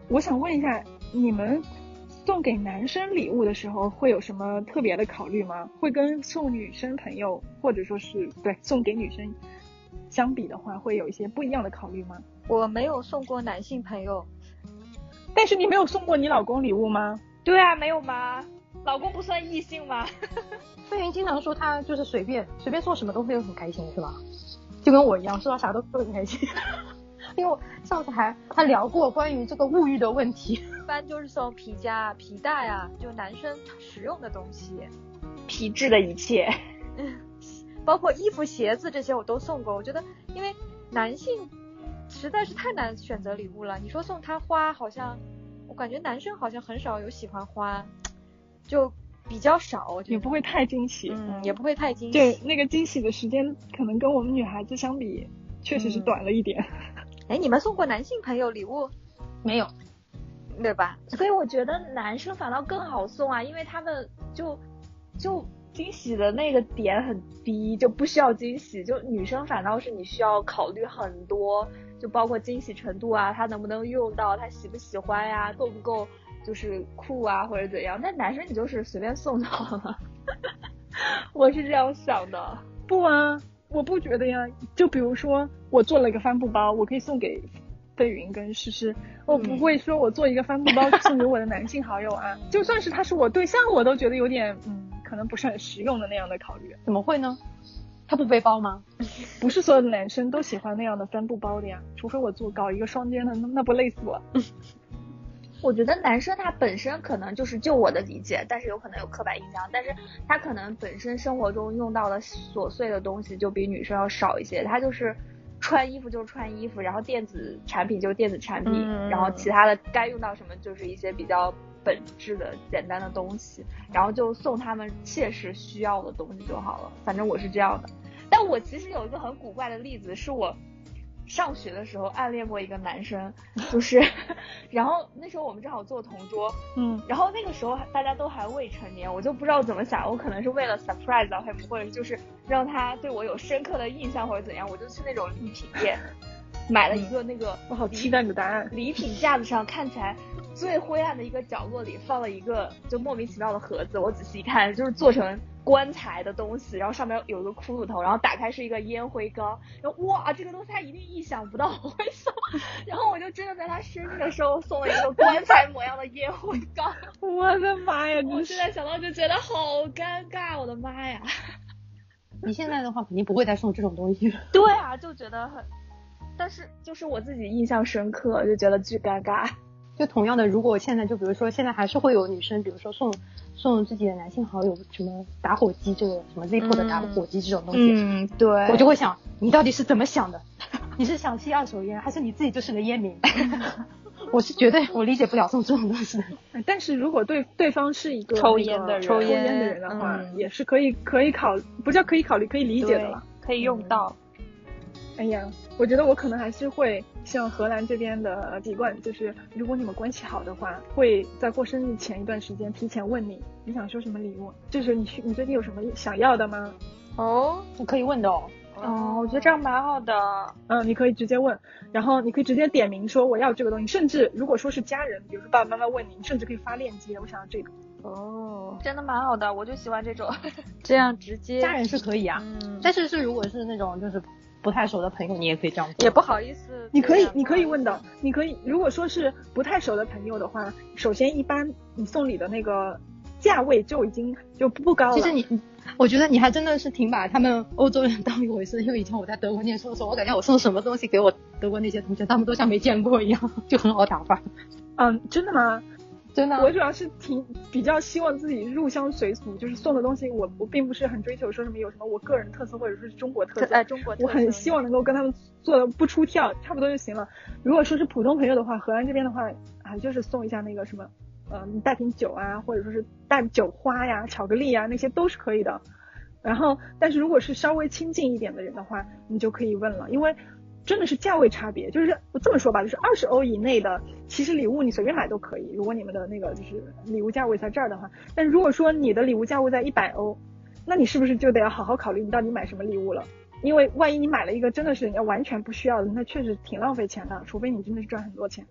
[SPEAKER 2] 我想问一下，你们送给男生礼物的时候会有什么特别的考虑吗？会跟送女生朋友或者说是对送给女生相比的话，会有一些不一样的考虑吗？
[SPEAKER 4] 我没有送过男性朋友。
[SPEAKER 2] 但是你没有送过你老公礼物吗？
[SPEAKER 1] 对啊，没有吗？老公不算异性吗？
[SPEAKER 3] 飞云经常说他就是随便随便做什么都会很开心，是吧？就跟我一样，说到啥都会很开心。因为我上次还还聊过关于这个物欲的问题。
[SPEAKER 4] 一般就是送皮夹、皮带啊，就男生实用的东西，
[SPEAKER 1] 皮质的一切，
[SPEAKER 4] 包括衣服、鞋子这些我都送过。我觉得，因为男性实在是太难选择礼物了。你说送他花，好像我感觉男生好像很少有喜欢花，就比较少。我觉得
[SPEAKER 2] 也不会太惊喜，
[SPEAKER 4] 嗯，也不会太惊喜。
[SPEAKER 2] 对，那个惊喜的时间可能跟我们女孩子相比，确实是短了一点。
[SPEAKER 4] 哎、嗯，你们送过男性朋友礼物？
[SPEAKER 3] 没有，
[SPEAKER 4] 对吧？
[SPEAKER 1] 所以我觉得男生反倒更好送啊，因为他们就就惊喜的那个点很低，就不需要惊喜。就女生反倒是你需要考虑很多，就包括惊喜程度啊，他能不能用到，他喜不喜欢呀、啊，够不够就是酷啊或者怎样。但男生你就是随便送就好了。我是这样想的。
[SPEAKER 2] 不啊，我不觉得呀。就比如说我做了一个帆布包，我可以送给飞云跟诗诗，我不会说我做一个帆布包送给我的男性好友啊。就算是他是我对象，我都觉得有点嗯，可能不是很实用的那样的考虑。
[SPEAKER 3] 怎么会呢？他不背包吗？
[SPEAKER 2] 不是所有的男生都喜欢那样的帆布包的呀，除非我做搞一个双肩的，那不累死我。
[SPEAKER 1] 我觉得男生他本身可能就是就我的理解，但是有可能有刻板印象，但是他可能本身生活中用到的琐碎的东西就比女生要少一些，他就是穿衣服就是穿衣服，然后电子产品就是电子产品、嗯、然后其他的该用到什么就是一些比较本质的简单的东西，然后就送他们切实需要的东西就好了，反正我是这样的。但我其实有一个很古怪的例子，是我上学的时候暗恋过一个男生，就是然后那时候我们正好坐同桌，嗯，然后那个时候大家都还未成年，我就不知道怎么想，我可能是为了 surprise 啊，或者就是让他对我有深刻的印象或者怎样，我就去那种礼品店买了一个那个、嗯、
[SPEAKER 2] 我好期待你的答案。
[SPEAKER 1] 礼品架子上看起来最灰暗的一个角落里放了一个就莫名其妙的盒子，我仔细一看就是做成棺材的东西，然后上面有一个骷髅头，然后打开是一个烟灰缸，然后哇这个东西他一定意想不到我会送，然后我就真的在他生日的时候送了一个棺材模样的烟灰缸。
[SPEAKER 2] 我的妈呀，
[SPEAKER 1] 我现在想到就觉得好尴尬，我的妈呀。
[SPEAKER 3] 你现在的话肯定不会再送这种东西了。
[SPEAKER 1] 对啊，就觉得很，但是就是我自己印象深刻，就觉得巨尴尬。
[SPEAKER 3] 就同样的，如果现在就比如说现在还是会有女生，比如说送送自己的男性好友什么打火机，这个什么 Zippo 的打火机这种东西，
[SPEAKER 1] 嗯，对，
[SPEAKER 3] 我就会想你到底是怎么想的？你是想吸二手烟，还是你自己就是个烟民？我是绝对我理解不了送这种东西的。
[SPEAKER 2] 但是如果对对方是一个
[SPEAKER 1] 抽烟的人，
[SPEAKER 2] 抽烟的人的话，嗯、也是可以可以考，不叫可以考虑，可以理解的了，
[SPEAKER 1] 可以用到。
[SPEAKER 2] 嗯、哎呀，我觉得我可能还是会像荷兰这边的习惯，就是如果你们关系好的话，会在过生日前一段时间提前问你你想收什么礼物，就是你你最近有什么想要的吗？
[SPEAKER 1] 哦，
[SPEAKER 3] 你可以问的哦。
[SPEAKER 1] 哦，我觉得这样蛮好的。
[SPEAKER 2] 嗯，你可以直接问，然后你可以直接点名说我要这个东西，甚至如果说是家人，比如说爸爸妈妈问你，你甚至可以发链接，我想要这个。
[SPEAKER 1] 哦，真的蛮好的，我就喜欢这种。
[SPEAKER 4] 这样直接
[SPEAKER 3] 家人是可以啊，嗯，但是是如果是那种就是不太熟的朋友，你也可以这样做，
[SPEAKER 4] 也不好意思。
[SPEAKER 2] 你可以你可以问的，你可以如果说是不太熟的朋友的话，首先一般你送礼的那个价位就已经就不高了。
[SPEAKER 3] 其实你我觉得你还真的是挺把他们欧洲人当一回事，因为以前我在德国念书的时候，我感觉我送什么东西给我德国那些同学，他们都像没见过一样，就很好打发。
[SPEAKER 2] 嗯，真的吗？
[SPEAKER 3] 真的、啊。
[SPEAKER 2] 我主要是挺比较希望自己入乡随俗，就是送的东西我我并不是很追求说什么有什么我个人特色或者说是中国特色，
[SPEAKER 4] 哎，中国特色，
[SPEAKER 2] 我很希望能够跟他们做的不出挑，差不多就行了。如果说是普通朋友的话，荷兰这边的话啊，就是送一下那个什么。嗯，带瓶酒啊，或者说是带酒花呀、巧克力啊，那些都是可以的。然后，但是如果是稍微亲近一点的人的话，你就可以问了，因为真的是价位差别。就是我这么说吧，就是二十欧以内的，其实礼物你随便买都可以。如果你们的那个就是礼物价位在这儿的话，但如果说你的礼物价位在一百欧，那你是不是就得要好好考虑你到底买什么礼物了？因为万一你买了一个真的是人家完全不需要的，那确实挺浪费钱的，除非你真的是赚很多钱。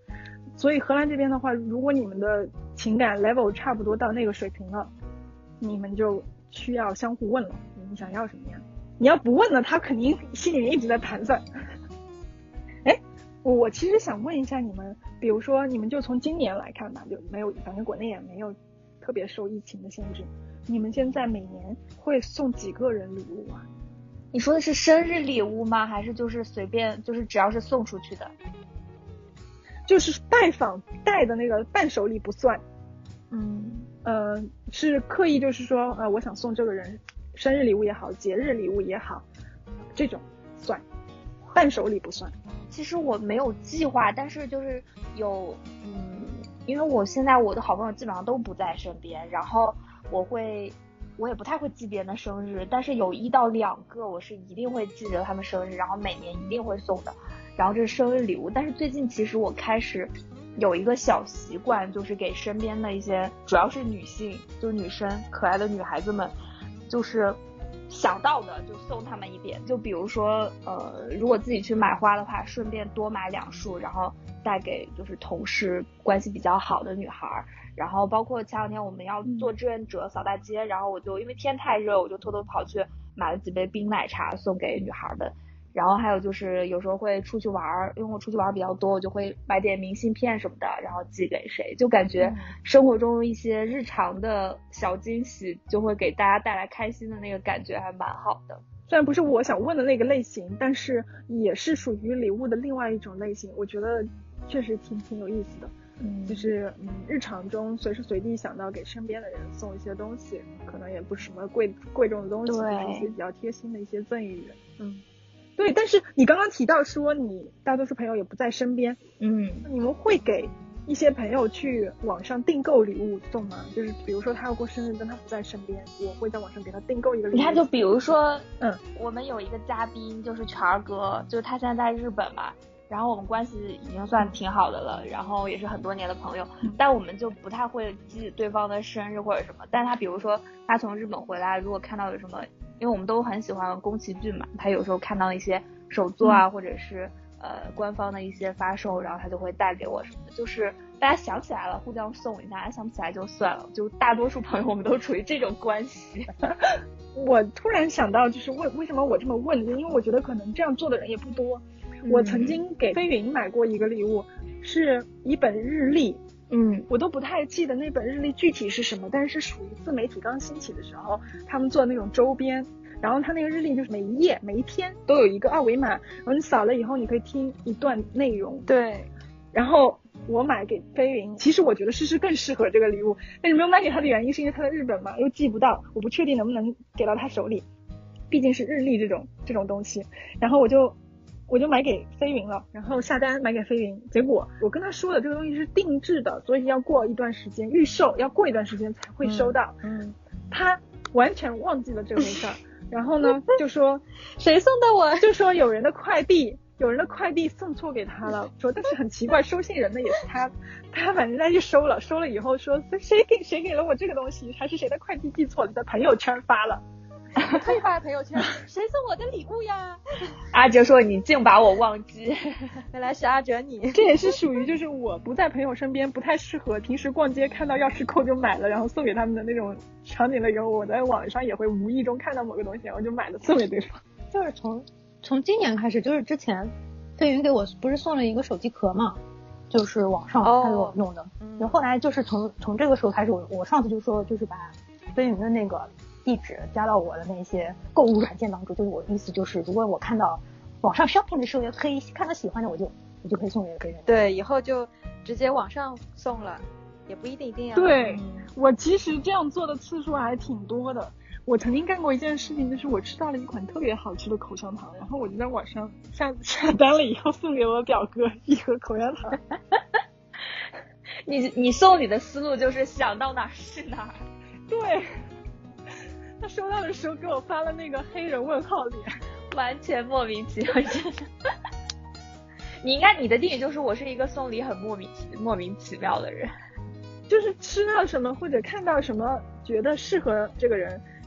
[SPEAKER 2] 所以荷兰这边的话，如果你们的情感 level 差不多到那个水平了，你们就需要相互问了，你们想要什么样？你要不问呢，他肯定心里面一直在盘算。哎，我我其实想问一下你们，比如说你们就从今年来看吧，就没有，反正国内也没有特别受疫情的限制，你们现在每年会送几个人礼物啊？
[SPEAKER 1] 你说的是生日礼物吗？还是就是随便，就是只要是送出去的？
[SPEAKER 2] 就是拜访带的那个伴手礼不算。
[SPEAKER 1] 嗯，
[SPEAKER 2] 呃，是刻意就是说，呃，我想送这个人生日礼物也好，节日礼物也好，这种算，伴手礼不算。
[SPEAKER 1] 其实我没有计划，但是就是有，嗯，因为我现在我的好朋友基本上都不在身边，然后我会，我也不太会记别人的生日，但是有一到两个我是一定会记着他们生日，然后每年一定会送的，然后这是生日礼物。但是最近其实我开始有一个小习惯，就是给身边的一些主要是女性，就是女生可爱的女孩子们，就是想到的就送他们一点，就比如说呃如果自己去买花的话，顺便多买两束，然后带给就是同事关系比较好的女孩。然后包括前两天我们要做志愿者扫大街，然后我就因为天太热，我就偷偷跑去买了几杯冰奶茶送给女孩们。然后还有就是有时候会出去玩，因为我出去玩比较多，我就会买点明信片什么的，然后寄给谁，就感觉生活中一些日常的小惊喜就会给大家带来开心的那个感觉，还蛮好的。
[SPEAKER 2] 虽然不是我想问的那个类型，但是也是属于礼物的另外一种类型，我觉得确实挺挺有意思的。嗯，就是嗯，日常中随时随地想到给身边的人送一些东西，可能也不是什么贵贵重的东西，就是一些比较贴心的一些赠与。嗯，对。但是你刚刚提到说你大多数朋友也不在身边，
[SPEAKER 1] 嗯，
[SPEAKER 2] 你们会给一些朋友去网上订购礼物送吗？就是比如说他要过生日，但他不在身边，我会在网上给他订购一个礼物。
[SPEAKER 1] 你看，就比如说，
[SPEAKER 2] 嗯，
[SPEAKER 1] 我们有一个嘉宾就是权儿哥，就是他现在在日本嘛。然后我们关系已经算挺好的了，然后也是很多年的朋友，但我们就不太会记对方的生日或者什么。但他比如说他从日本回来，如果看到有什么，因为我们都很喜欢宫崎骏嘛，他有时候看到一些手作啊，或者是呃官方的一些发售，然后他就会带给我什么的。就是大家想起来了互相送一下，想不起来就算了。就大多数朋友我们都处于这种关系。
[SPEAKER 2] 我突然想到，就是为为什么我这么问，因为我觉得可能这样做的人也不多。我曾经给飞云买过一个礼物，是一本日历。
[SPEAKER 1] 嗯，
[SPEAKER 2] 我都不太记得那本日历具体是什么，但是属于自媒体刚兴起的时候，他们做那种周边，然后他那个日历就是每一页每一天都有一个二维码，然后你扫了以后你可以听一段内容。
[SPEAKER 4] 对，
[SPEAKER 2] 然后我买给飞云，其实我觉得诗诗更适合这个礼物，但是没有买给他的原因是因为他在日本嘛，又寄不到，我不确定能不能给到他手里，毕竟是日历这种这种东西。然后我就我就买给飞云了，然后下单买给飞云，结果我跟他说的这个东西是定制的，所以要过一段时间预售，要过一段时间才会收到。
[SPEAKER 1] 嗯，嗯
[SPEAKER 2] 他完全忘记了这回事儿，然后呢就说
[SPEAKER 4] 谁送的我？
[SPEAKER 2] 就说有人的快递，有人的快递送错给他了，说但是很奇怪，收信人的也是他，他反正他就收了，收了以后说谁给谁给了我这个东西，还是谁的快递寄错了，在朋友圈发了。
[SPEAKER 4] 可以发在朋友圈，谁送我的礼物呀？
[SPEAKER 1] 阿哲说你竟把我忘记。
[SPEAKER 4] 原来是阿哲你。
[SPEAKER 2] 这也是属于就是我不在朋友身边，不太适合平时逛街看到钥匙扣就买了，然后送给他们的那种场景了以后，我在网上也会无意中看到某个东西，我就买了送给对方。
[SPEAKER 3] 就是从从今年开始，就是之前飞云给我不是送了一个手机壳嘛，就是网上他给我弄的，然后、oh. 后来就是从从这个时候开始，我我上次就说就是把飞云的那个地址加到我的那些购物软件当中，就是我意思就是如果我看到网上 shopping 的时候也可以看到喜欢的，我就我就可以送给别人。
[SPEAKER 4] 对，以后就直接网上送了，也不一定一定要。
[SPEAKER 2] 对、嗯、我其实这样做的次数还挺多的。我曾经干过一件事情，就是我吃到了一款特别好吃的口香糖，然后我就在网上下下单了以后送给我表哥一盒口香糖。
[SPEAKER 1] 你你送礼的思路就是想到哪儿是哪儿。
[SPEAKER 2] 对，他收到的时候给我发了那个黑人问号脸，
[SPEAKER 1] 完全莫名其妙。你应该你的定义就是我是一个送礼很莫名其莫名其妙的人，
[SPEAKER 2] 就是吃到什么或者看到什么觉得适合这个人，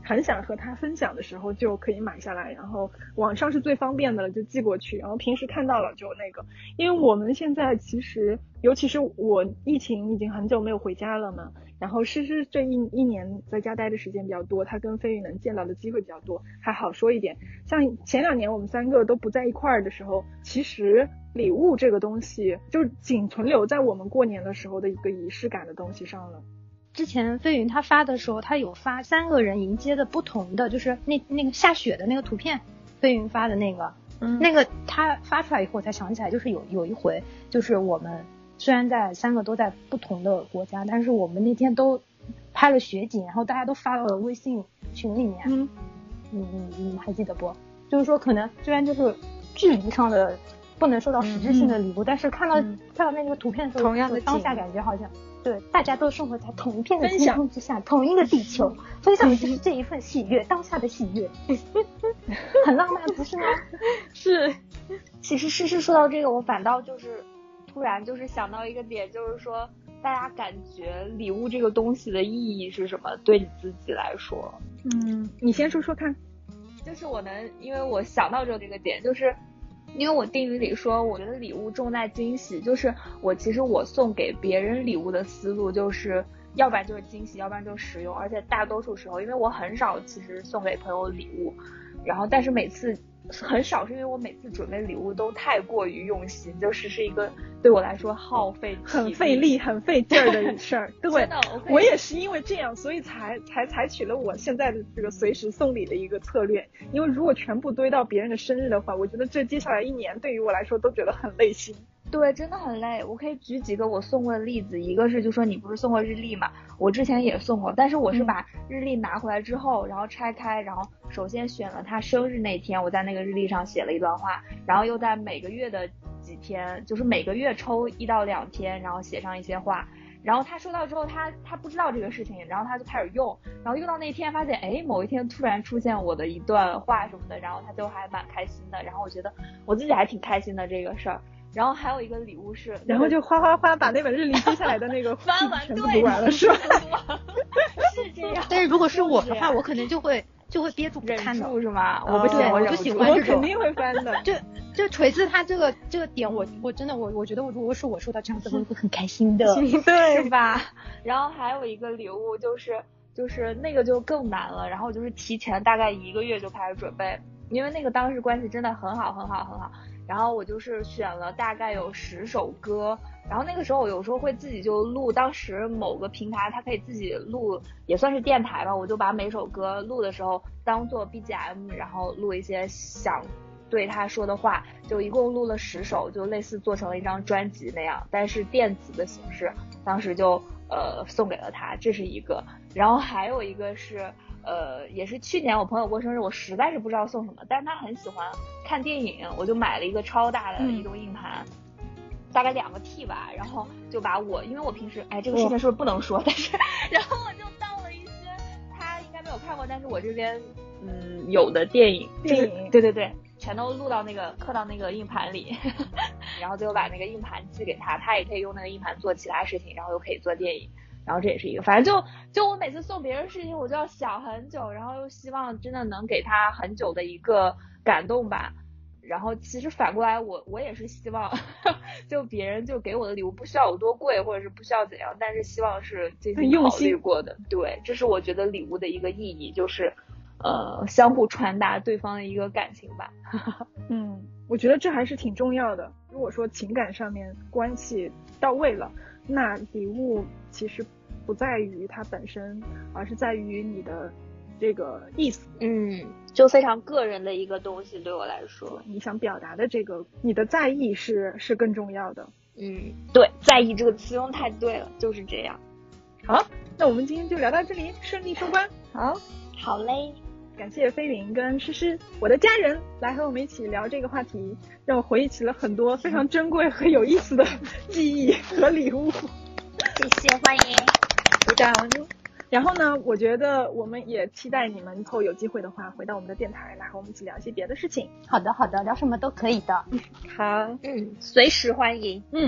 [SPEAKER 2] 很想和他分享的时候就可以买下来，然后网上是最方便的了，就寄过去，然后平时看到了就那个。因为我们现在其实尤其是我疫情已经很久没有回家了嘛，然后诗诗这一一年在家待的时间比较多，他跟飞宇能见到的机会比较多，还好说一点。像前两年我们三个都不在一块儿的时候，其实礼物这个东西就仅存留在我们过年的时候的一个仪式感的东西上了。
[SPEAKER 3] 之前飞云他发的时候，他有发三个人迎接的不同的，就是那那个下雪的那个图片，飞云发的那个，嗯，那个他发出来以后，我才想起来，就是有有一回，就是我们虽然在三个都在不同的国家，但是我们那天都拍了雪景，然后大家都发到了微信群里面。嗯，你你你还记得不？就是说，可能虽然就是距离上的不能收到实质性的礼物，嗯、但是看到、嗯、看到那个图片的时候，同样的当下感觉好像。对，大家都生活在同一片的天空之下，同一个地球，分享的就是这一份喜悦，当下的喜悦，很浪漫，不是吗？
[SPEAKER 1] 是。其实诗诗说到这个，我反倒就是突然就是想到一个点，就是说大家感觉礼物这个东西的意义是什么？对你自己来说，
[SPEAKER 2] 嗯，你先说说看。
[SPEAKER 1] 就是我能，因为我想到这个点，就是。因为我定语里说我觉得礼物重在惊喜，就是我其实我送给别人礼物的思路就是要不然就是惊喜，要不然就是实用，而且大多数时候因为我很少其实送给朋友礼物，然后但是每次很少是因为我每次准备礼物都太过于用心，就是是一个对我来说耗费
[SPEAKER 2] 很费力很费劲儿的事儿。对，我也是因为这样所以才才采取了我现在的这个随时送礼的一个策略，因为如果全部堆到别人的生日的话，我觉得这接下来一年对于我来说都觉得很累心。
[SPEAKER 1] 对，真的很累。我可以举几个我送过的例子，一个是就说你不是送过日历嘛，我之前也送过，但是我是把日历拿回来之后，然后拆开，然后首先选了他生日那天，我在那个日历上写了一段话，然后又在每个月的几天，就是每个月抽一到两天，然后写上一些话，然后他收到之后，他他不知道这个事情，然后他就开始用，然后用到那天发现，哎，某一天突然出现我的一段话什么的，然后他就还蛮开心的，然后我觉得我自己还挺开心的这个事儿。然后还有一个礼物是，
[SPEAKER 2] 然后就哗哗哗把那本日历接下来的那个
[SPEAKER 1] 翻完
[SPEAKER 2] 全部读完了，是吧？
[SPEAKER 1] 是这样。
[SPEAKER 3] 但是如果是我的话，我可能就会就会憋住不看
[SPEAKER 1] 的，是吗？我
[SPEAKER 3] 不行，我就喜欢这种，
[SPEAKER 2] 我肯定会翻的。
[SPEAKER 3] 就就锤子他这个这个点，我我真的我我觉得我如果是我收到这样子，我会很开心的，
[SPEAKER 1] 对，是吧？然后还有一个礼物就是就是那个就更难了，然后就是提前大概一个月就开始准备，因为那个当时关系真的很好很好很好。然后我就是选了大概有十首歌，然后那个时候我有时候会自己就录，当时某个平台它可以自己录，也算是电台吧，我就把每首歌录的时候当做 B G M， 然后录一些想对他说的话，就一共录了十首，就类似做成了一张专辑那样，但是电子的形式，当时就呃送给了他，这是一个。然后还有一个是呃，也是去年我朋友过生日，我实在是不知道送什么，但是他很喜欢看电影，我就买了一个超大的移动硬盘，嗯、大概两个 T 吧，然后就把我，因为我平时，哎，这个事情是不是不能说？但是，然后我就当了一些他应该没有看过，但是我这边嗯有的电影，
[SPEAKER 2] 电影，
[SPEAKER 1] 对对对，全都录到那个刻到那个硬盘里，然后最后把那个硬盘寄给他，他也可以用那个硬盘做其他事情，然后又可以做电影。然后这也是一个，反正就就我每次送别人事情，我就要想很久，然后又希望真的能给他很久的一个感动吧。然后其实反过来我，我我也是希望，就别人就给我的礼物不需要有多贵，或者是不需要怎样，但是希望是进行考虑过的。对，这是我觉得礼物的一个意义，就是呃相互传达对方的一个感情吧。
[SPEAKER 2] 嗯，我觉得这还是挺重要的。如果说情感上面关系到位了，那礼物其实不在于它本身，而是在于你的这个意思。
[SPEAKER 1] 嗯，就非常个人的一个东西，对我来说，
[SPEAKER 2] 你想表达的这个，你的在意是是更重要的。
[SPEAKER 1] 嗯，对，在意这个词用太对了，就是这样。
[SPEAKER 2] 好，那我们今天就聊到这里，顺利收官。
[SPEAKER 1] 好，好嘞。
[SPEAKER 2] 感谢飞云跟诗诗，我的家人来和我们一起聊这个话题，让我回忆起了很多非常珍贵和有意思的记忆和礼物。
[SPEAKER 1] 谢谢，欢迎，
[SPEAKER 2] 鼓掌。然后呢，我觉得我们也期待你们以后有机会的话，回到我们的电台来和我们一起聊一些别的事情。
[SPEAKER 3] 好的，好的，聊什么都可以的。
[SPEAKER 2] 好，
[SPEAKER 1] 嗯，随时欢迎。
[SPEAKER 2] 嗯，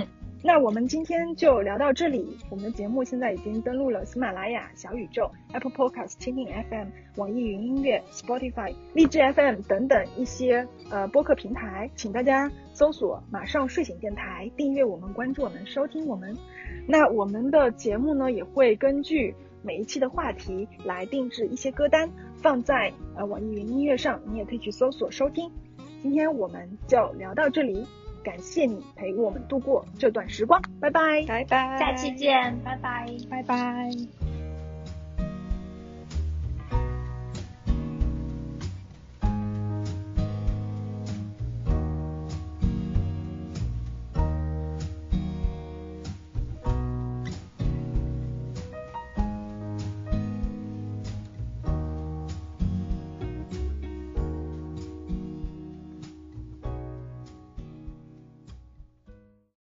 [SPEAKER 2] 那我们今天就聊到这里。我们的节目现在已经登录了喜马拉雅、小宇宙、Apple Podcast、蜻蜓 F M、网易云音乐、Spotify、荔枝 F M 等等一些呃播客平台，请大家搜索马上睡醒电台，订阅我们，关注我们，收听我们。那我们的节目呢，也会根据每一期的话题来定制一些歌单，放在呃网易云音乐上，你也可以去搜索收听。今天我们就聊到这里，感谢你陪我们度过这段时光，拜拜，
[SPEAKER 4] 拜拜，
[SPEAKER 1] 下期见，拜拜，
[SPEAKER 3] 拜拜。